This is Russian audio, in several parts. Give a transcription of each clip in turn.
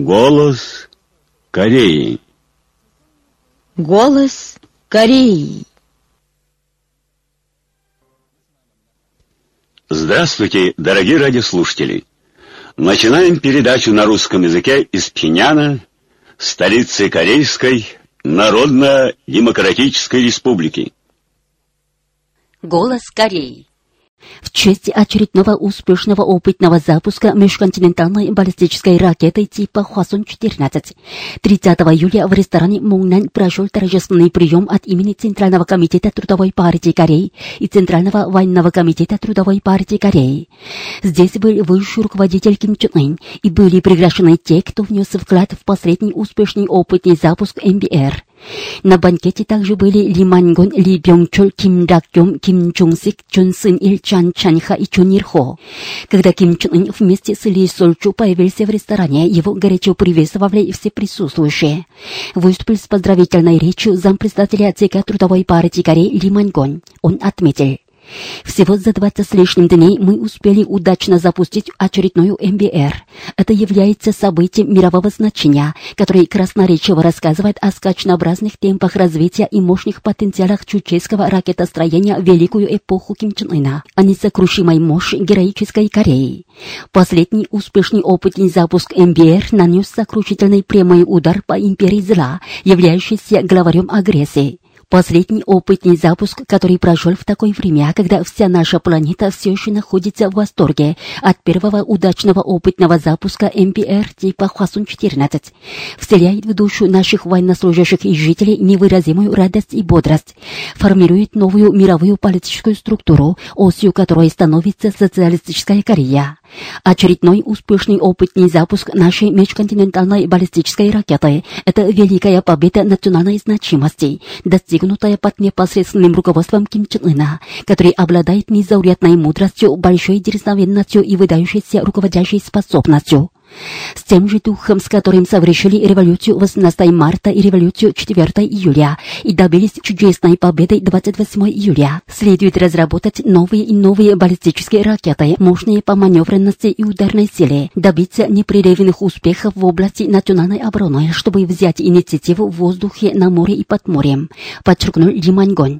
Голос Кореи. Голос Кореи. Здравствуйте, дорогие радиослушатели! Начинаем передачу на русском языке из Пхеньяна, столицы Корейской Народно-Демократической Республики. Голос Кореи. В честь очередного успешного опытного запуска межконтинентальной баллистической ракеты типа Хвасон-14 30 июля в ресторане Муннан прошел торжественный прием от имени Центрального комитета Трудовой партии Кореи и Центрального военного комитета Трудовой партии Кореи. Здесь был высший руководитель Ким Чен Ын и были приглашены те, кто внес вклад в последний успешный опытный запуск МБР. На банкете также были Ли Мангон, Ли Бёнгчол, Ким Рак-кём, Ким Чунг-сик, Чон Сын-ил, Чан Чан-ха и Чон Ир-хо. Когда Ким Чен Ын вместе с Ли Соль-чу появился в ресторане, его горячо приветствовали все присутствующие. Выступил с поздравительной речью зампредседателя ЦК Трудовой партии Кореи Ли Мангон. Он отметил: всего за 20 с лишним дней мы успели удачно запустить очередную МБР. Это является событием мирового значения, которое красноречиво рассказывает о скачнообразных темпах развития и мощных потенциалах чучейского ракетостроения в великую эпоху Ким Чен Ына, о несокрушимой мощи героической Кореи. Последний успешный опытный запуск МБР нанес сокрушительный прямой удар по империи зла, являющейся главарем агрессии. Последний опытный запуск, который прошел в такое время, когда вся наша планета все еще находится в восторге от первого удачного опытного запуска МБР типа Хвасон-14, вселяет в душу наших военнослужащих и жителей невыразимую радость и бодрость, формирует новую мировую политическую структуру, осью которой становится социалистическая Корея. Очередной успешный опытный запуск нашей межконтинентальной баллистической ракеты – это великая победа национальной значимости, достигнутая под непосредственным руководством Ким Чен Ына, который обладает незаурядной мудростью, большой дерзновенностью и выдающейся руководящей способностью. С тем же духом, с которым совершили революцию 18 марта и революцию 4 июля и добились чудесной победы 28 июля, следует разработать новые и новые баллистические ракеты, мощные по маневренности и ударной силе, добиться непрерывных успехов в области национальной обороны, чтобы взять инициативу в воздухе, на море и под морем, подчеркнул Ли Мангон.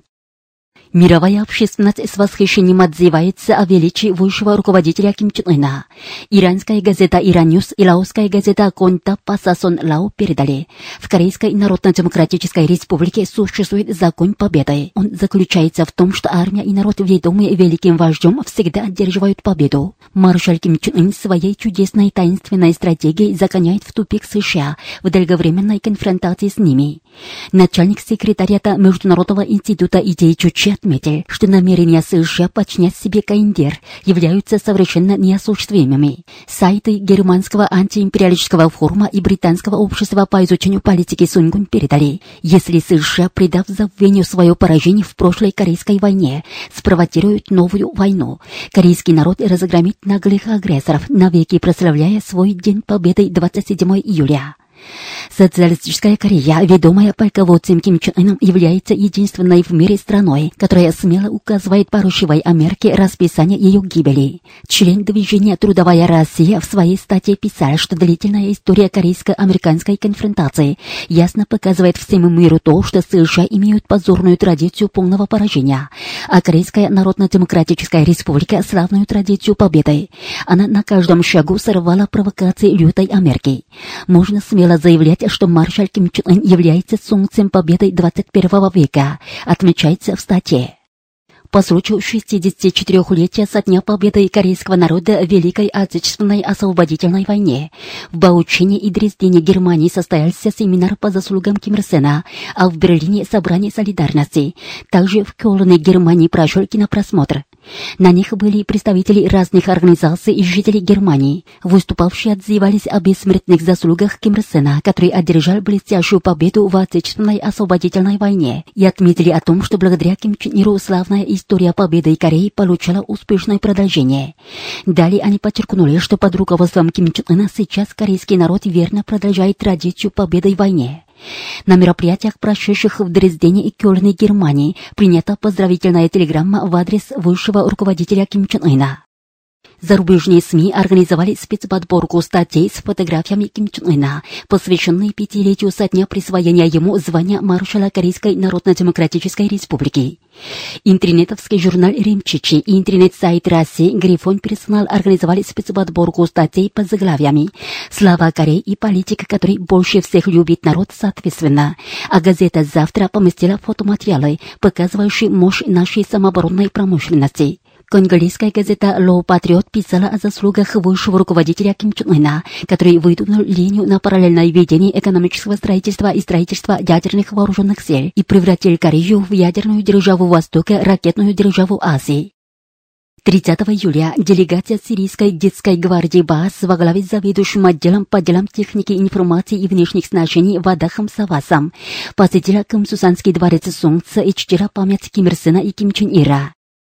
Мировая общественность с восхищением отзывается о величии высшего руководителя Ким Чен Ына. Иранская газета «Иран-Ньюс» и лаосская газета «Конта Пасасон Лао» передали: в Корейской Народно-Демократической Республике существует закон победы. Он заключается в том, что армия и народ, ведомые великим вождем, всегда одерживают победу. Маршал Ким Чен Ын своей чудесной таинственной стратегией загоняет в тупик США в долговременной конфронтации с ними. Начальник секретариата Международного института идей Чуче отметил, что намерения США подчинять себе КНДР являются совершенно неосуществимыми. Сайты германского антиимпериалистического форума и британского общества по изучению политики Сунгун передали: если США, придав забвению свое поражение в прошлой Корейской войне, спровоцируют новую войну, корейский народ разгромит наглых агрессоров, навеки прославляя свой День Победы 27 июля. Социалистическая Корея, ведомая полководцем Ким Чен Ыном, является единственной в мире страной, которая смело указывает поручивой Америке расписание ее гибели. Член движения «Трудовая Россия» в своей статье писал, что длительная история корейско-американской конфронтации ясно показывает всему миру то, что США имеют позорную традицию полного поражения, а Корейская Народно-Демократическая Республика – славную традицию победы. Она на каждом шагу сорвала провокации лютой Америки. Можно смело заявлять, что маршал Ким Чен Ын является солнцем победы 21 века, отмечается в статье. По случаю 64-летия со дня победы корейского народа в Великой Отечественной освободительной войне в Баучине и Дрездене, Германии, состоялся семинар по заслугам Ким Ир Сена, а в Берлине – собрание солидарности. Также в Кёльне, Германии, прошел кинопросмотр. На них были представители разных организаций и жители Германии. Выступавшие отзывались о бессмертных заслугах Ким Ир Сена, который одержал блестящую победу в Отечественной освободительной войне, и отметили о том, что благодаря Ким Чен Иру славная история победы Кореи получила успешное продолжение. Далее они подчеркнули, что под руководством Ким Чен Ына сейчас корейский народ верно продолжает традицию победы в войне. На мероприятиях, прошедших в Дрездене и Кёльне, Германии, принята поздравительная телеграмма в адрес высшего руководителя Ким Чен Ына. Зарубежные СМИ организовали спецподборку статей с фотографиями Ким Чен Ына, посвященные 5-летию со дня присвоения ему звания маршала Корейской Народно-Демократической Республики. Интернетовский журнал «Римчичи» и интернет-сайт России «Грифон Персонал» организовали спецподборку статей под заглавиями «Слава Кореи» и «Политик, который больше всех любит народ» соответственно. А газета «Завтра» поместила фотоматериалы, показывающие мощь нашей самооборонной промышленности. Конголезская газета «Лоу Патриот» писала о заслугах высшего руководителя Ким Чен Ына, который выдвинул линию на параллельное ведение экономического строительства и строительства ядерных вооруженных сил и превратил Корею в ядерную державу Востока, ракетную державу Азии. 30 июля делегация сирийской детской гвардии БАС во главе с заведующим отделом по делам техники, информации и внешних сношений Вадахом Савасом посетила Кымсусанский дворец Солнца и чтила память Ким Ир Сена и Ким Чен Ира.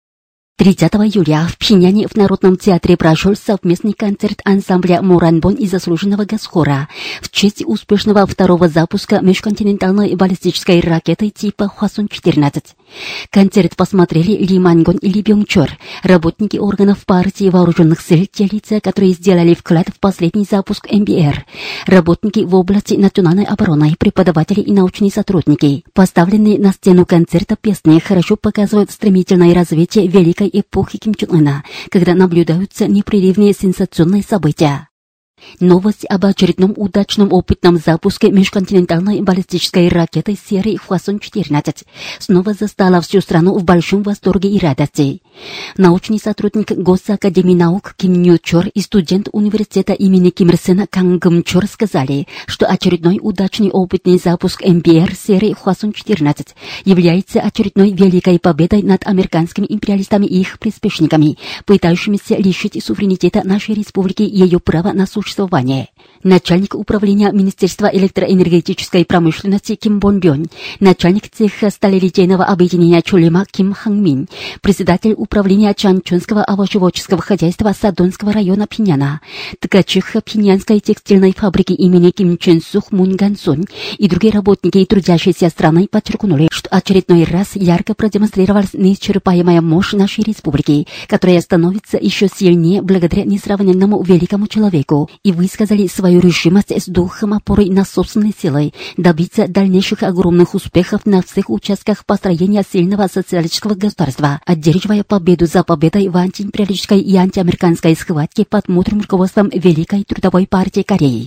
30 июля в Пхеньяне в Народном театре прошел совместный концерт ансамбля «Моранбон» и заслуженного госхора в честь успешного второго запуска межконтинентальной баллистической ракеты типа Хвасон-14. Концерт посмотрели Ли Мангон и Ли Бёнгчор, работники органов партии вооруженных сил, те лица, которые сделали вклад в последний запуск МБР, работники в области национальной обороны, преподаватели и научные сотрудники. Поставленные на сцену концерта песни хорошо показывают стремительное развитие великой эпохи Ким Чен Ына, когда наблюдаются непрерывные сенсационные события. Новость об очередном удачном опытном запуске межконтинентальной баллистической ракеты серии Хвасон-14 снова застала всю страну в большом восторге и радости. Научный сотрудник Госакадемии наук Ким Ню Чор и студент университета имени Ким Ир Сена Кang Гым Чор сказали, что очередной удачный опытный запуск МБР серии Хвасон-14 является очередной великой победой над американскими империалистами и их приспешниками, пытающимися лишить суверенитета нашей республики и ее права на существование. Начальник управления Министерства электроэнергетической промышленности Ким Бон Бён, начальник цеха сталелитейного объединения Чулима Ким Хан Мин, председатель управления Чанчунского овощеводческого хозяйства Садонского района Пхеньяна, ткачиха Пхеньянской текстильной фабрики имени Ким Чен Сух Мун Ган Сун и другие работники и трудящиеся страны подчеркнули, что очередной раз ярко продемонстрировалась неисчерпаемая мощь нашей республики, которая становится еще сильнее благодаря несравненному великому человеку, и высказали свою решимость с духом опоры на собственные силы добиться дальнейших огромных успехов на всех участках построения сильного социалистического государства, одерживая победу за победой в антиимпериалистической и антиамериканской схватке под мудрым руководством Великой Трудовой партии Кореи.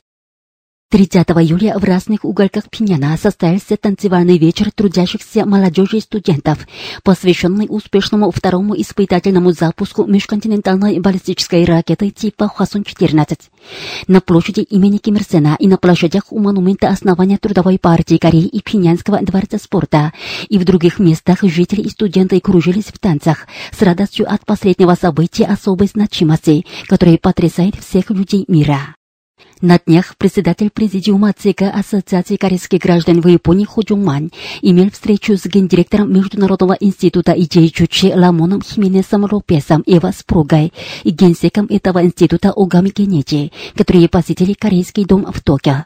30 июля в разных уголках Пхеньяна состоялся танцевальный вечер трудящихся молодежи и студентов, посвященный успешному второму испытательному запуску межконтинентальной баллистической ракеты типа Хвасон-14. На площади имени Ким Ир Сена и на площадях у монумента основания Трудовой партии Кореи и Пхеньянского дворца спорта и в других местах жители и студенты кружились в танцах с радостью от последнего события особой значимости, которое потрясает всех людей мира. На днях председатель президиума ЦК Ассоциации корейских граждан в Японии Хо Джун Ман имел встречу с гендиректором Международного института идей Чучи Ламоном Хименесом Лопесом Эва Спругой и генсеком этого института Огами Кенечи, которые посетили Корейский дом в Токио.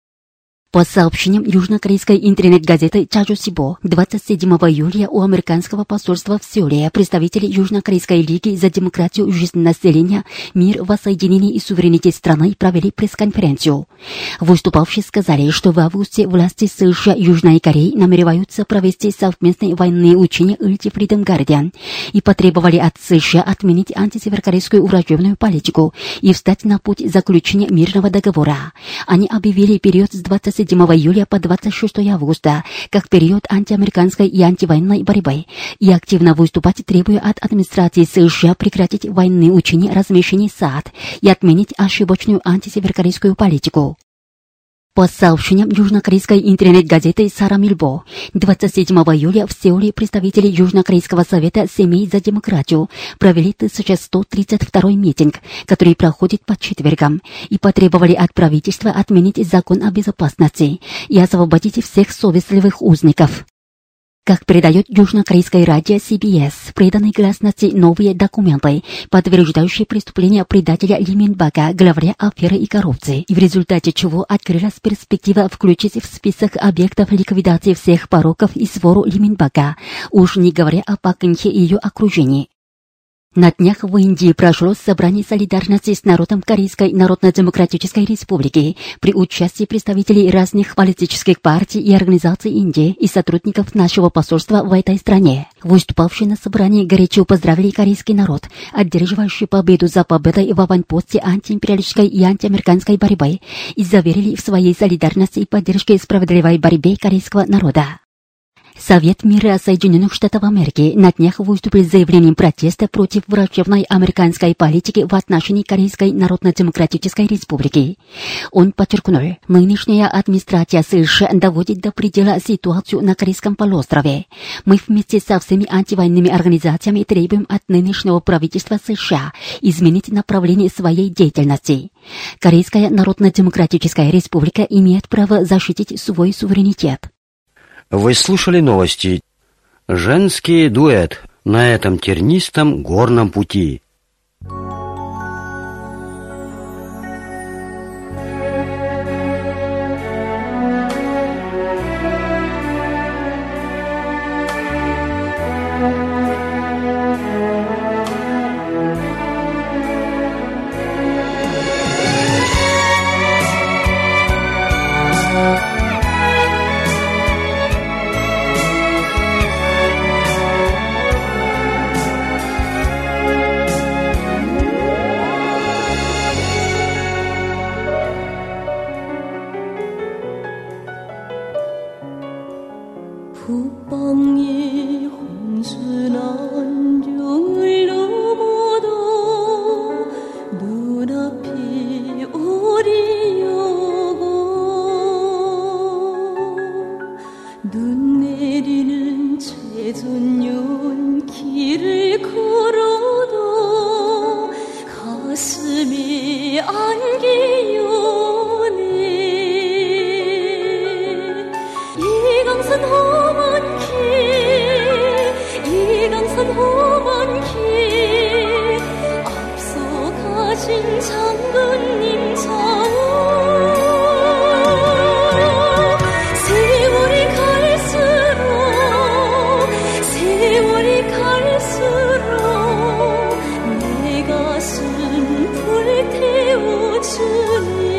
По сообщениям южнокорейской интернет-газеты Чажусибо, 27 июля у американского посольства в Сеуле представители Южнокорейской лиги за демократию, жизнь населения, мир, воссоединение и суверенитет страны провели пресс-конференцию. Выступавшие сказали, что в августе власти США и Южной Кореи намереваются провести совместные военные учения Ulti Freedom Guardian и потребовали от США отменить антисеверокорейскую враждебную политику и встать на путь заключения мирного договора. Они объявили период с 27 июля по 26 августа как период антиамериканской и антивоенной борьбы и активно выступать, требуя от администрации США прекратить военные учения размещения САД и отменить ошибочную антисеверокорейскую политику. По сообщениям южнокорейской интернет-газеты Сарамильбо, 27 июля в Сеуле представители Южнокорейского совета семей за демократию провели 1132-й митинг, который проходит по четвергам, и потребовали от правительства отменить закон о безопасности и освободить всех совестливых узников. Как передает южнокорейское радио CBS, преданы гласности новые документы, подтверждающие преступления предателя Ли Минбака, главаря аферы и коррупции, и в результате чего открылась перспектива включить в список объектов ликвидации всех пороков и свору Ли Минбака, уж не говоря о Пак Кын Хе и ее окружении. На днях в Индии прошло собрание солидарности с народом Корейской Народно-Демократической Республики при участии представителей разных политических партий и организаций Индии и сотрудников нашего посольства в этой стране. Выступавшие на собрании горячо поздравили корейский народ, одерживающий победу за победой в аванпосте антиимпериалистической и антиамериканской борьбы, и заверили в своей солидарности и поддержке справедливой борьбе корейского народа. Совет мира Соединенных Штатов Америки на днях выступил с заявлением протеста против враждебной американской политики в отношении Корейской Народно-Демократической Республики. Он подчеркнул, нынешняя администрация США доводит до предела ситуацию на Корейском полуострове. Мы вместе со всеми антивоенными организациями требуем от нынешнего правительства США изменить направление своей деятельности. Корейская Народно-Демократическая Республика имеет право защитить свой суверенитет. Вы слушали новости. Женский дуэт на этом тернистом горном пути. 북방이 홍순한 중을 넘어도 눈앞이 오리려고 눈 내리는 최전년 길을 걸어도 가슴이 안기요네 이강산 험한 길 앞서 가신 장군님 좌우 세월이 갈수록 내 가슴 불태워주니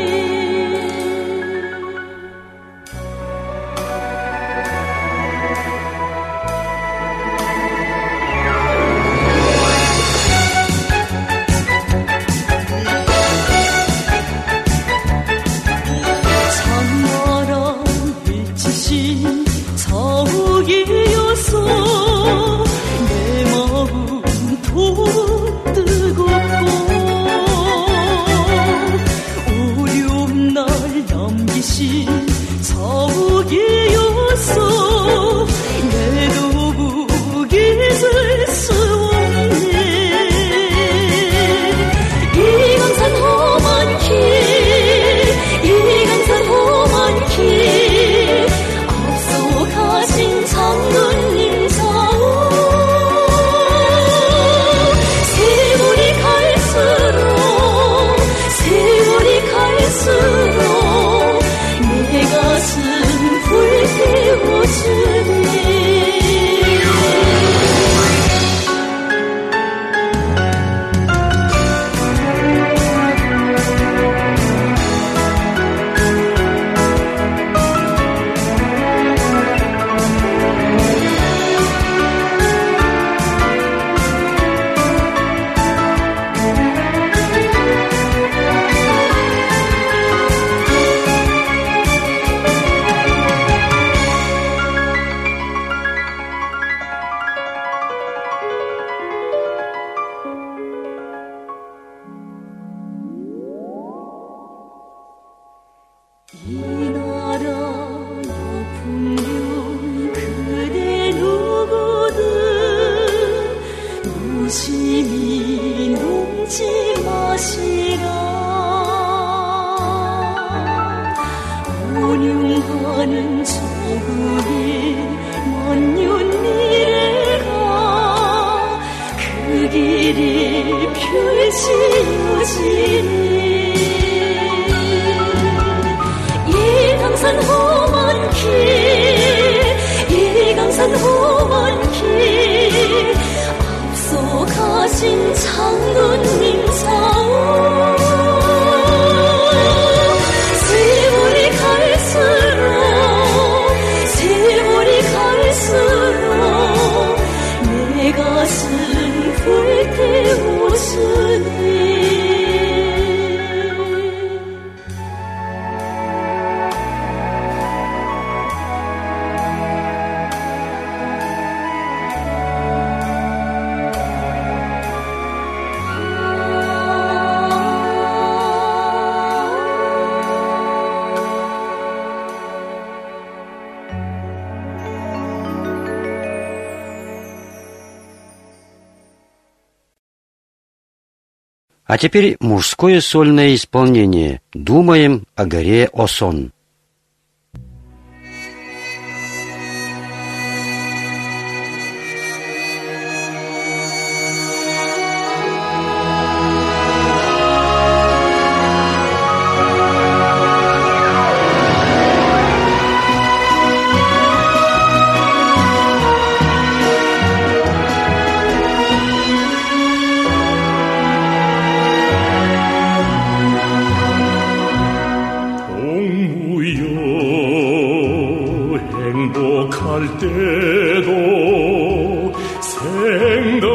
이 나라 높은 뷰 그대 누구든 무심히 넘지 마시라 온융하는 조국의 먼 미래가 그 길이 펼치어지니 이강산 험한 길 앞서 가시 멋진 장군님 사오 세월이 갈수록 내 가슴 불태우시네 А теперь мужское сольное исполнение «Думаем о горе Осон». 행복할 때도 생각을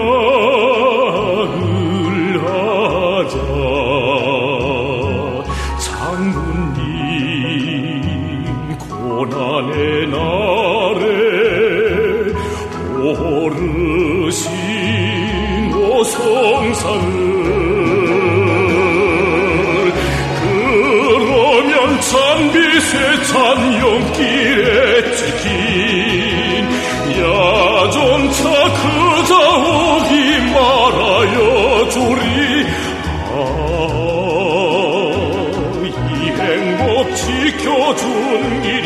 하자 장군님 고난의 날에 오르신 오성산을 그러면 찬빛의 찬연길에 찍힌 야전차 그자 오기 말아요 주리 이 행복 지켜준 길이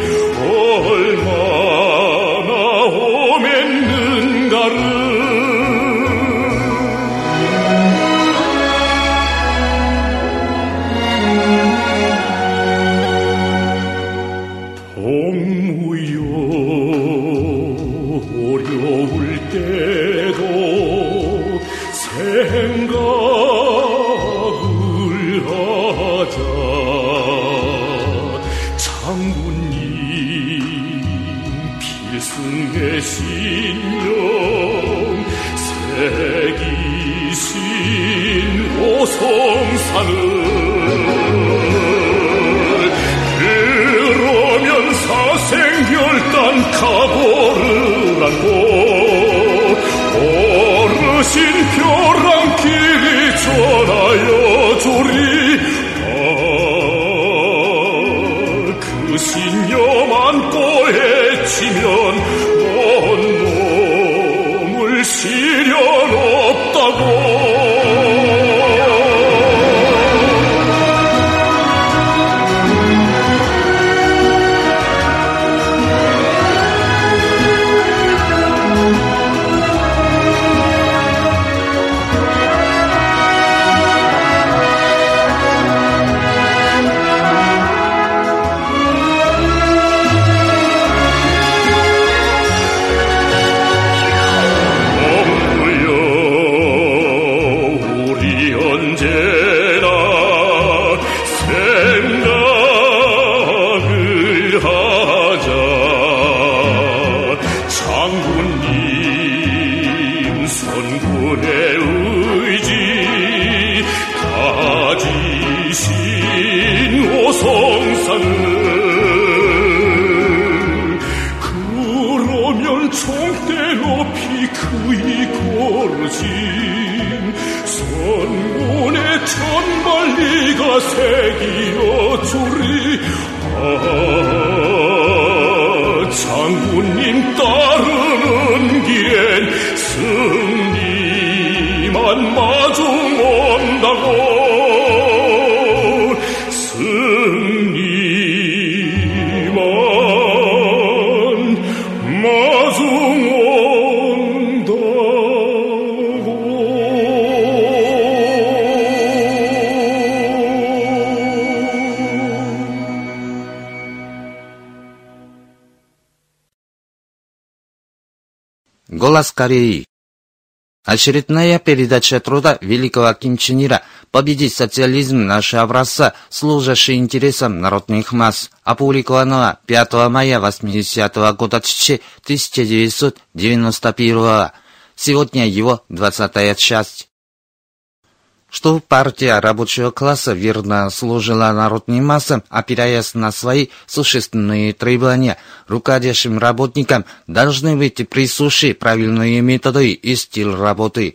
얼마나 오맸는가를 동무여 어려울 때도 생각을 하자 장군님 필승의 신령 새기신 오성산을 사생결단 각오를 안고 어르신 벼랑길이 전하여 주리 그 신념 안고 헤치면 먼 놈을 시련 없다고 그러면 총대 높이 그이 고르신 선군의 천발리가 새기어 주리 장군님 따르는 길엔 승리만 마중 온다고 Голос Кореи. Очередная передача труда великого Ким Чен Ира «Победить социализм нашего образца, служащий интересам народных масс», опубликованного 5 мая 80-го года 1991. Сегодня его 20-я часть. Что партия рабочего класса верно служила народным массам, опираясь на свои существенные требования, руководящим работникам должны быть присущи правильные методы и стиль работы.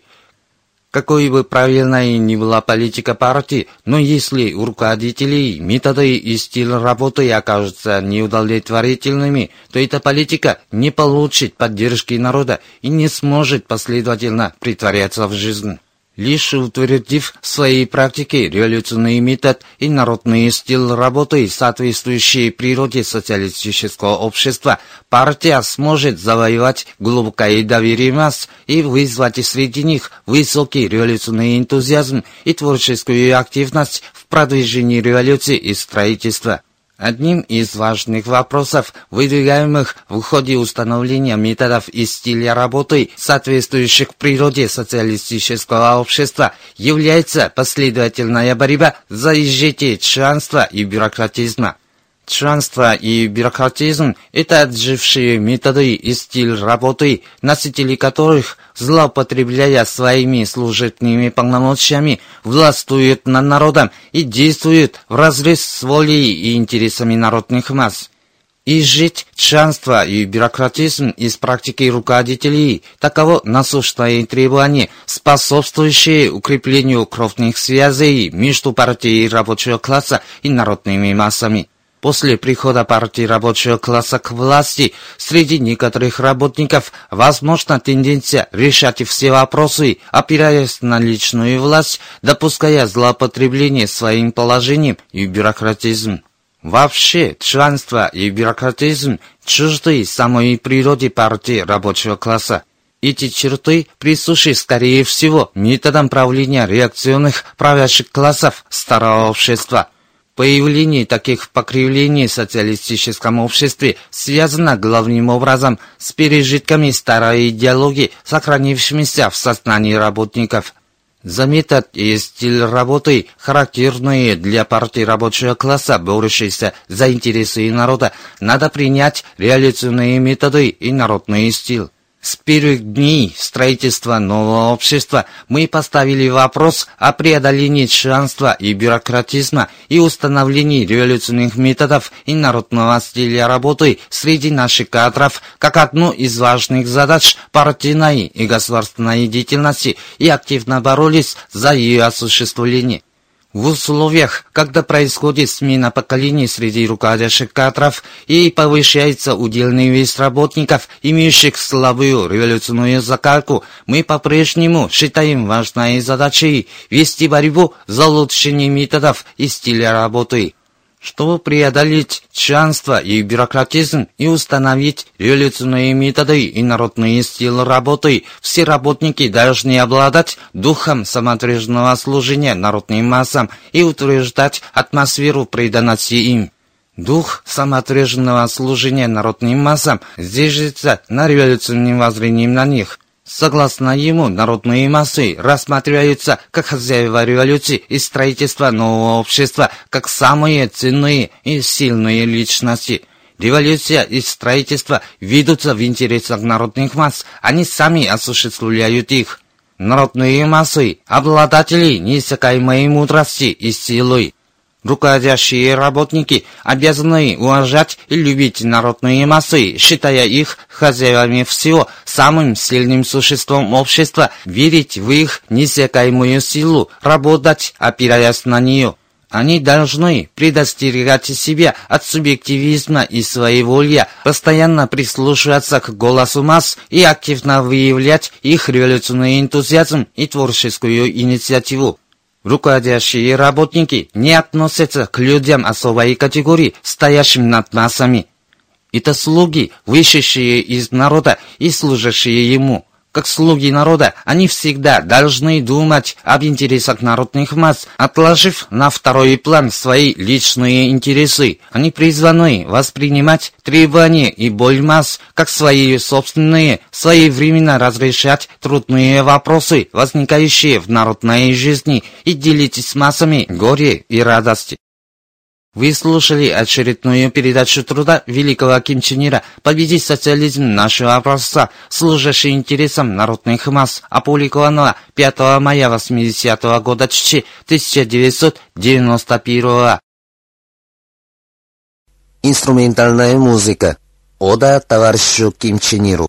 Какой бы правильной ни была политика партии, но если у руководителей методы и стиль работы окажутся неудовлетворительными, то эта политика не получит поддержки народа и не сможет последовательно претворяться в жизнь. Лишь утвердив в своей практике революционный метод и народный стиль работы, соответствующий природе социалистического общества, партия сможет завоевать глубокое доверие масс и вызвать среди них высокий революционный энтузиазм и творческую активность в продвижении революции и строительства. Одним из важных вопросов, выдвигаемых в ходе установления методов и стиля работы, соответствующих природе социалистического общества, является последовательная борьба за изжитие чванства и бюрократизма. Чванство и бюрократизм – это отжившие методы и стиль работы, носители которых, злоупотребляя своими служебными полномочиями, властвуют над народом и действуют вразрез с волей и интересами народных масс. Изжить чванство и бюрократизм из практики руководителей – таково насущное требование, способствующее укреплению кровных связей между партией рабочего класса и народными массами. После прихода партии рабочего класса к власти, среди некоторых работников возможна тенденция решать все вопросы, опираясь на личную власть, допуская злоупотребление своим положением и бюрократизм. Вообще, чванство и бюрократизм чужды самой природе партии рабочего класса. Эти черты присущи, скорее всего, методам правления реакционных правящих классов старого общества. Появление таких покривлений в социалистическом обществе связано главным образом с пережитками старой идеологии, сохранившимися в сознании работников. За метод и стиль работы, характерные для партии рабочего класса, борющейся за интересы народа, надо принять революционные методы и народный стиль. С первых дней строительства нового общества мы поставили вопрос о преодолении чванства и бюрократизма и установлении революционных методов и народного стиля работы среди наших кадров как одну из важных задач партийной и государственной деятельности и активно боролись за ее осуществление. В условиях, когда происходит смена поколений среди руководящих кадров и повышается удельный вес работников, имеющих слабую революционную закалку, мы по-прежнему считаем важной задачей вести борьбу за улучшение методов и стиля работы. Чтобы преодолеть чванство и бюрократизм и установить революционные методы и народный стиль работы, все работники должны обладать духом самоотверженного служения народным массам и утверждать атмосферу преданности им. Дух самоотверженного служения народным массам зиждется на революционном воззрении на них. Согласно ему, народные массы рассматриваются как хозяева революции и строительства нового общества, как самые ценные и сильные личности. Революция и строительство ведутся в интересах народных масс, они сами осуществляют их. Народные массы – обладатели неиссякаемой мудрости и силы. Руководящие работники обязаны уважать и любить народные массы, считая их хозяевами всего, самым сильным существом общества, верить в их неиссякаемую силу, работать, опираясь на нее. Они должны предостерегать себя от субъективизма и своеволия, постоянно прислушиваться к голосу масс и активно выявлять их революционный энтузиазм и творческую инициативу. Руководящие работники не относятся к людям особой категории, стоящим над массами. Это слуги, вышедшие из народа и служащие ему. Как слуги народа, они всегда должны думать об интересах народных масс, отложив на второй план свои личные интересы. Они призваны воспринимать требования и боль масс как свои собственные, своевременно разрешать трудные вопросы, возникающие в народной жизни, и делить с массами горе и радость. Вы слушали очередную передачу труда великого Ким Чен Ира «Победить социализм нашего образца, служащий интересам народных масс», опубликованного 5 мая 80-го года 1991. Инструментальная музыка. Ода товарищу Ким Чен Иру.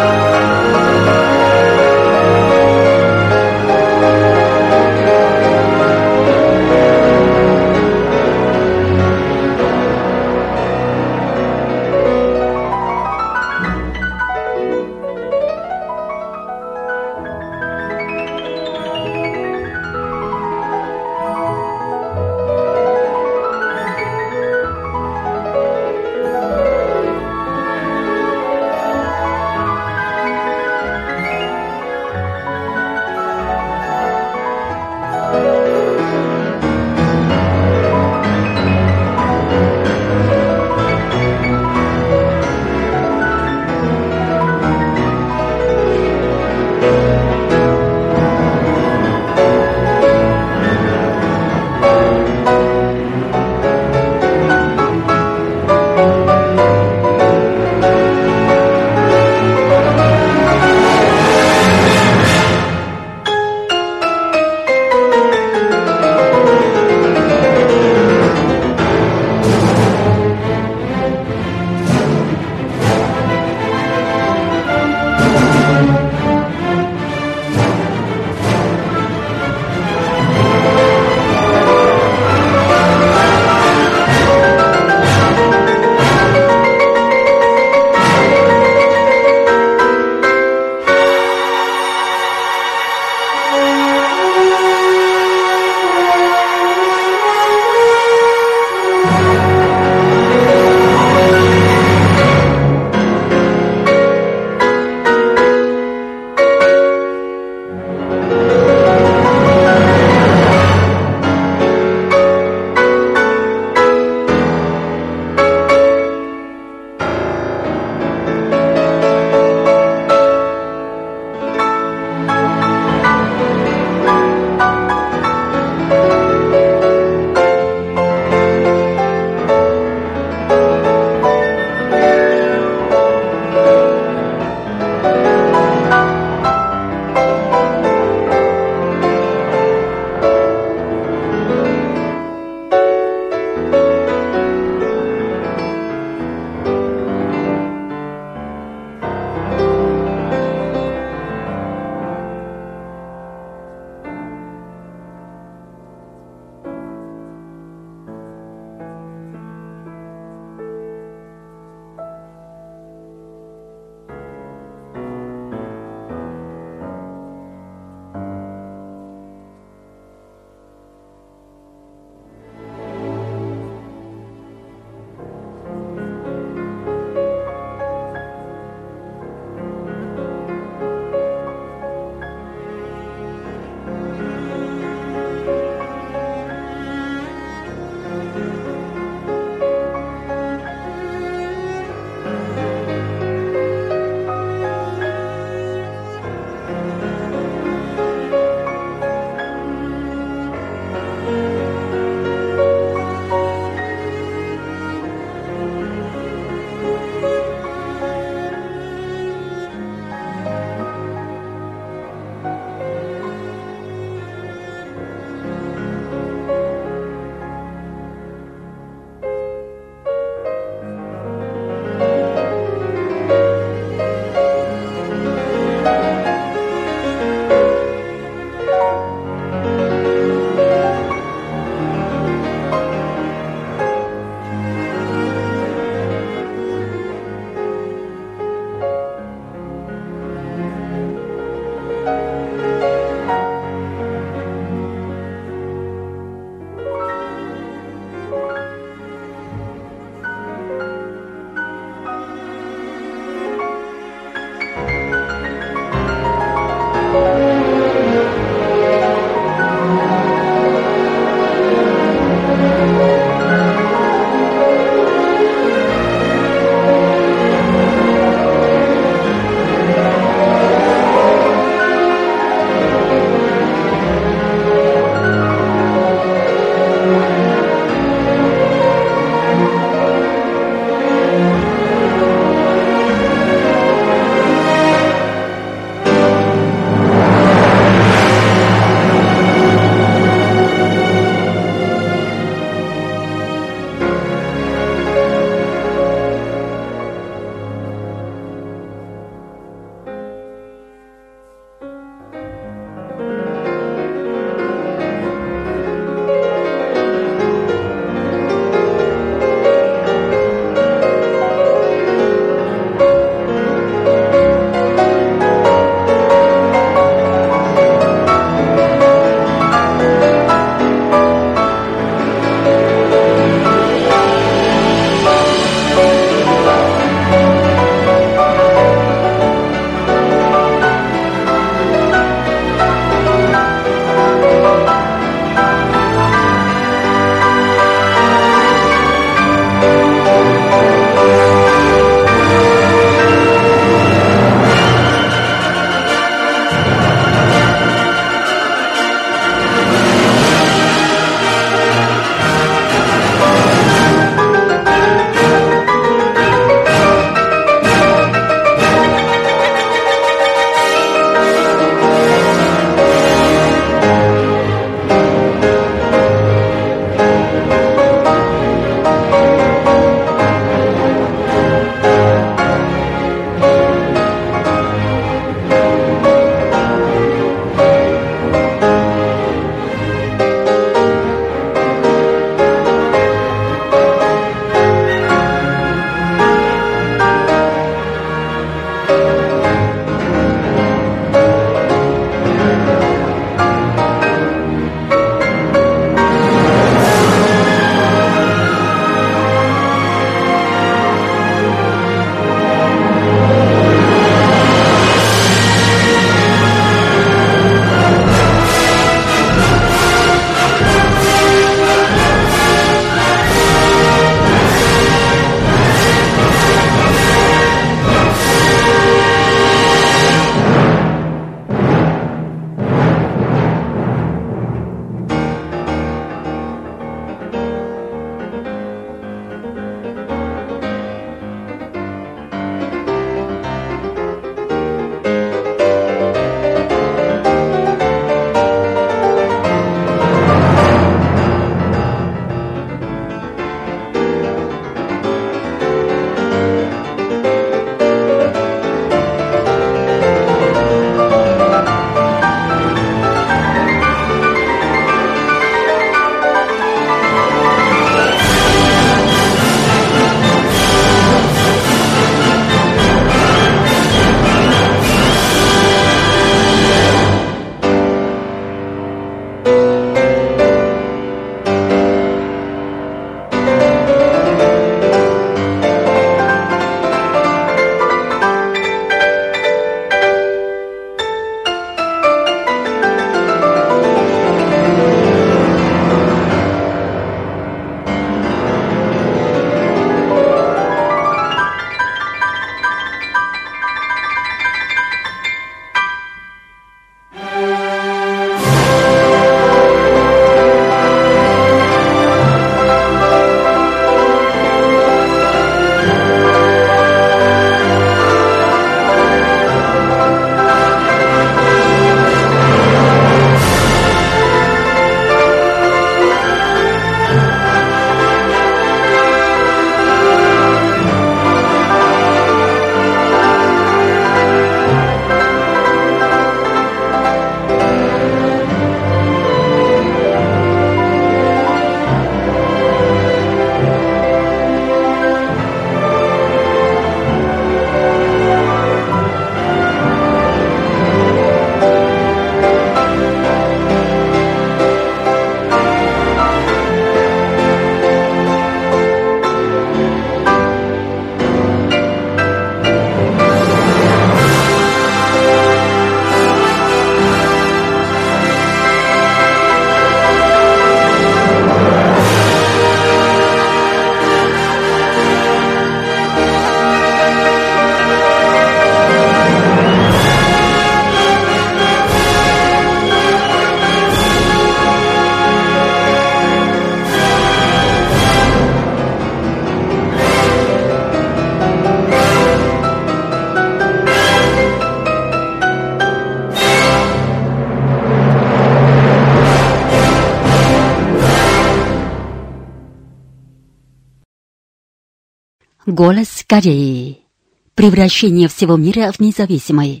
Голос Кореи. Превращение всего мира в независимый.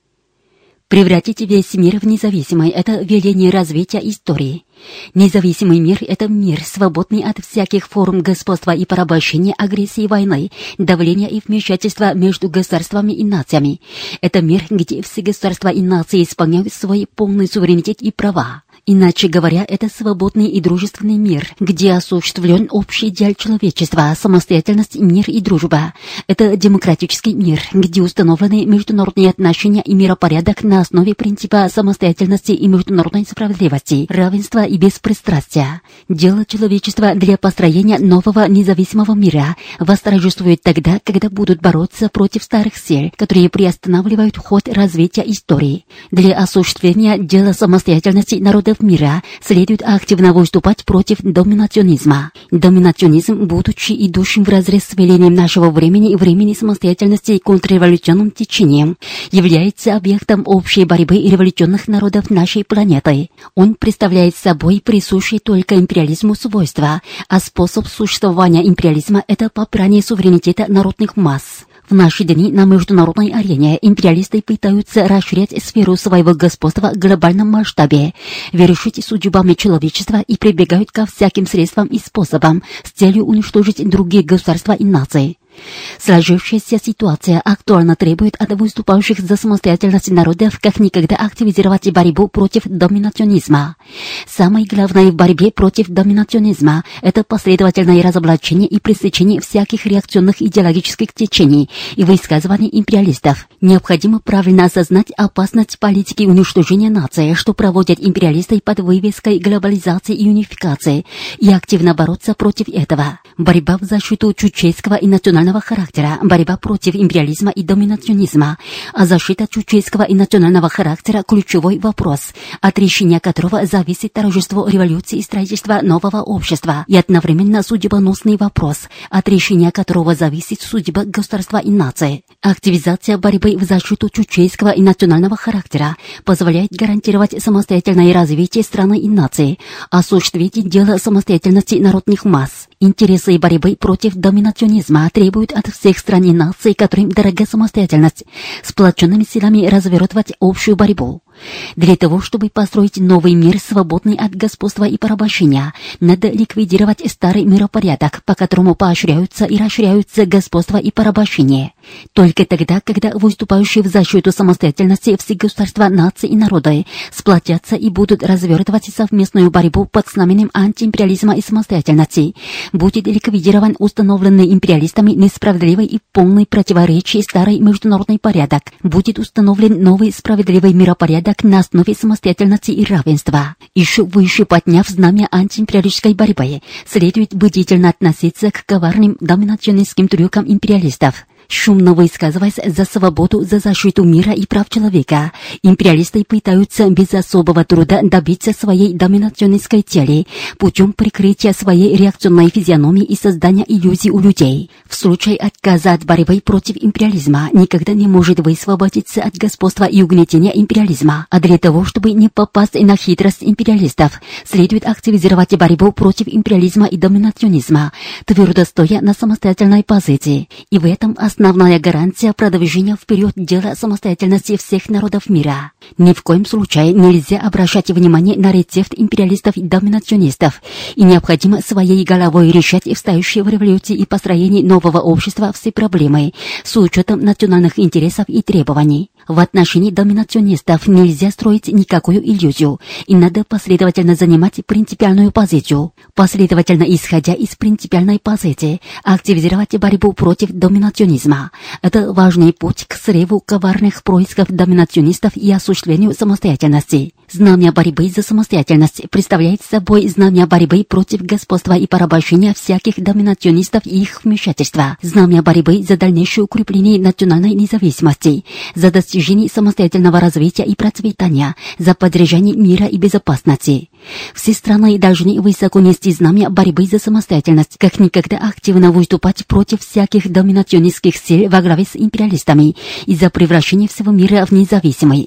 Превратить весь мир в независимый – это веление развития истории. Независимый мир – это мир, свободный от всяких форм господства и порабощения, агрессии, войны, давления и вмешательства между государствами и нациями. Это мир, где все государства и нации исполняют свой полный суверенитет и права. Иначе говоря, это свободный и дружественный мир, где осуществлен общий идеал человечества, самостоятельность, мир и дружба. Это демократический мир, где установлены международные отношения и миропорядок на основе принципа самостоятельности и международной справедливости, равенства и беспристрастия. Дело человечества для построения нового независимого мира восторжествует тогда, когда будут бороться против старых сил, которые приостанавливают ход развития истории. Для осуществления дела самостоятельности народов мира следует активно выступать против доминационизма. Доминационизм, будучи идущим вразрез с велением нашего времени и времени самостоятельности контрреволюционным течением, является объектом общей борьбы революционных народов нашей планеты. Он представляет собой присущие только империализму свойства, а способ существования империализма – это попрание суверенитета народных масс. В наши дни на международной арене империалисты пытаются расширять сферу своего господства в глобальном масштабе, вершить судьбами человечества и прибегают ко всяким средствам и способам с целью уничтожить другие государства и нации. Сложившаяся ситуация актуально требует от выступающих за самостоятельность народов как никогда активизировать борьбу против доминационизма. Самое главное в борьбе против доминационизма – это последовательное разоблачение и пресечение всяких реакционных идеологических течений и высказываний империалистов. Необходимо правильно осознать опасность политики уничтожения нации, что проводят империалисты под вывеской глобализации и унификации, и активно бороться против этого. Борьба в защиту чучейского и национального характера, борьба против империализма и доминационизма, а защита чучейского и национального характера – ключевой вопрос, от решения которого зависит торжество революции и строительство нового общества, и одновременно судьбоносный вопрос, от решения которого зависит судьба государства и нации. Активизация борьбы в защиту чучейского и национального характера позволяет гарантировать самостоятельное развитие страны и нации, осуществить дело самостоятельности народных масс. Интересы борьбы против доминационизма требуют от всех стран и наций, которым дорога самостоятельность, сплоченными силами развертывать общую борьбу. Для того, чтобы построить новый мир, свободный от господства и порабощения, надо ликвидировать старый миропорядок, по которому поощряются и расширяются господство и порабощение. Только тогда, когда выступающие в защиту самостоятельности все государства, нации и народы сплотятся и будут развертывать совместную борьбу под знаменем антиимпериализма и самостоятельности, будет ликвидирован установленный империалистами несправедливый и полный противоречий старый международный порядок, будет установлен новый справедливый миропорядок на основе самостоятельности и равенства. Еще выше подняв знамя антиимпериалистической борьбы, следует бдительно относиться к коварным доминационистским трюкам империалистов. Шумно высказываясь за свободу, за защиту мира и прав человека, империалисты пытаются без особого труда добиться своей доминационистской цели путем прикрытия своей реакционной физиономии и создания иллюзий у людей. В случае отказа от борьбы против империализма никогда не может высвободиться от господства и угнетения империализма, а для того, чтобы не попасть на хитрость империалистов, следует активизировать борьбу против империализма и доминационизма, твердо стоя на самостоятельной позиции, и в этом основная гарантия продвижения вперед дела самостоятельности всех народов мира. Ни в коем случае нельзя обращать внимание на рецепт империалистов и доминационистов, и необходимо своей головой решать встающие в революции и построении нового общества все проблемы с учетом национальных интересов и требований. В отношении доминационистов нельзя строить никакую иллюзию, и надо последовательно занимать принципиальную позицию. Последовательно исходя из принципиальной позиции, активизировать борьбу против доминационизма. Это важный путь к срыву коварных происков доминационистов и осуществлению самостоятельности. Знамя борьбы за самостоятельность представляет собой знамя борьбы против господства и порабощения всяких доминационистов и их вмешательства. Знамя борьбы за дальнейшее укрепление национальной независимости, за достижение самостоятельного развития и процветания, за поддержание мира и безопасности. Все страны должны высоко нести знамя борьбы за самостоятельность, как никогда активно выступать против всяких доминационистских сил во главе с империалистами и за превращение всего мира в независимый.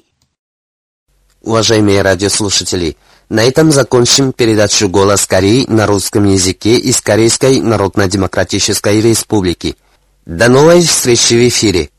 Уважаемые радиослушатели, на этом закончим передачу «Голос Кореи» на русском языке из Корейской Народно-Демократической Республики. До новой встречи в эфире.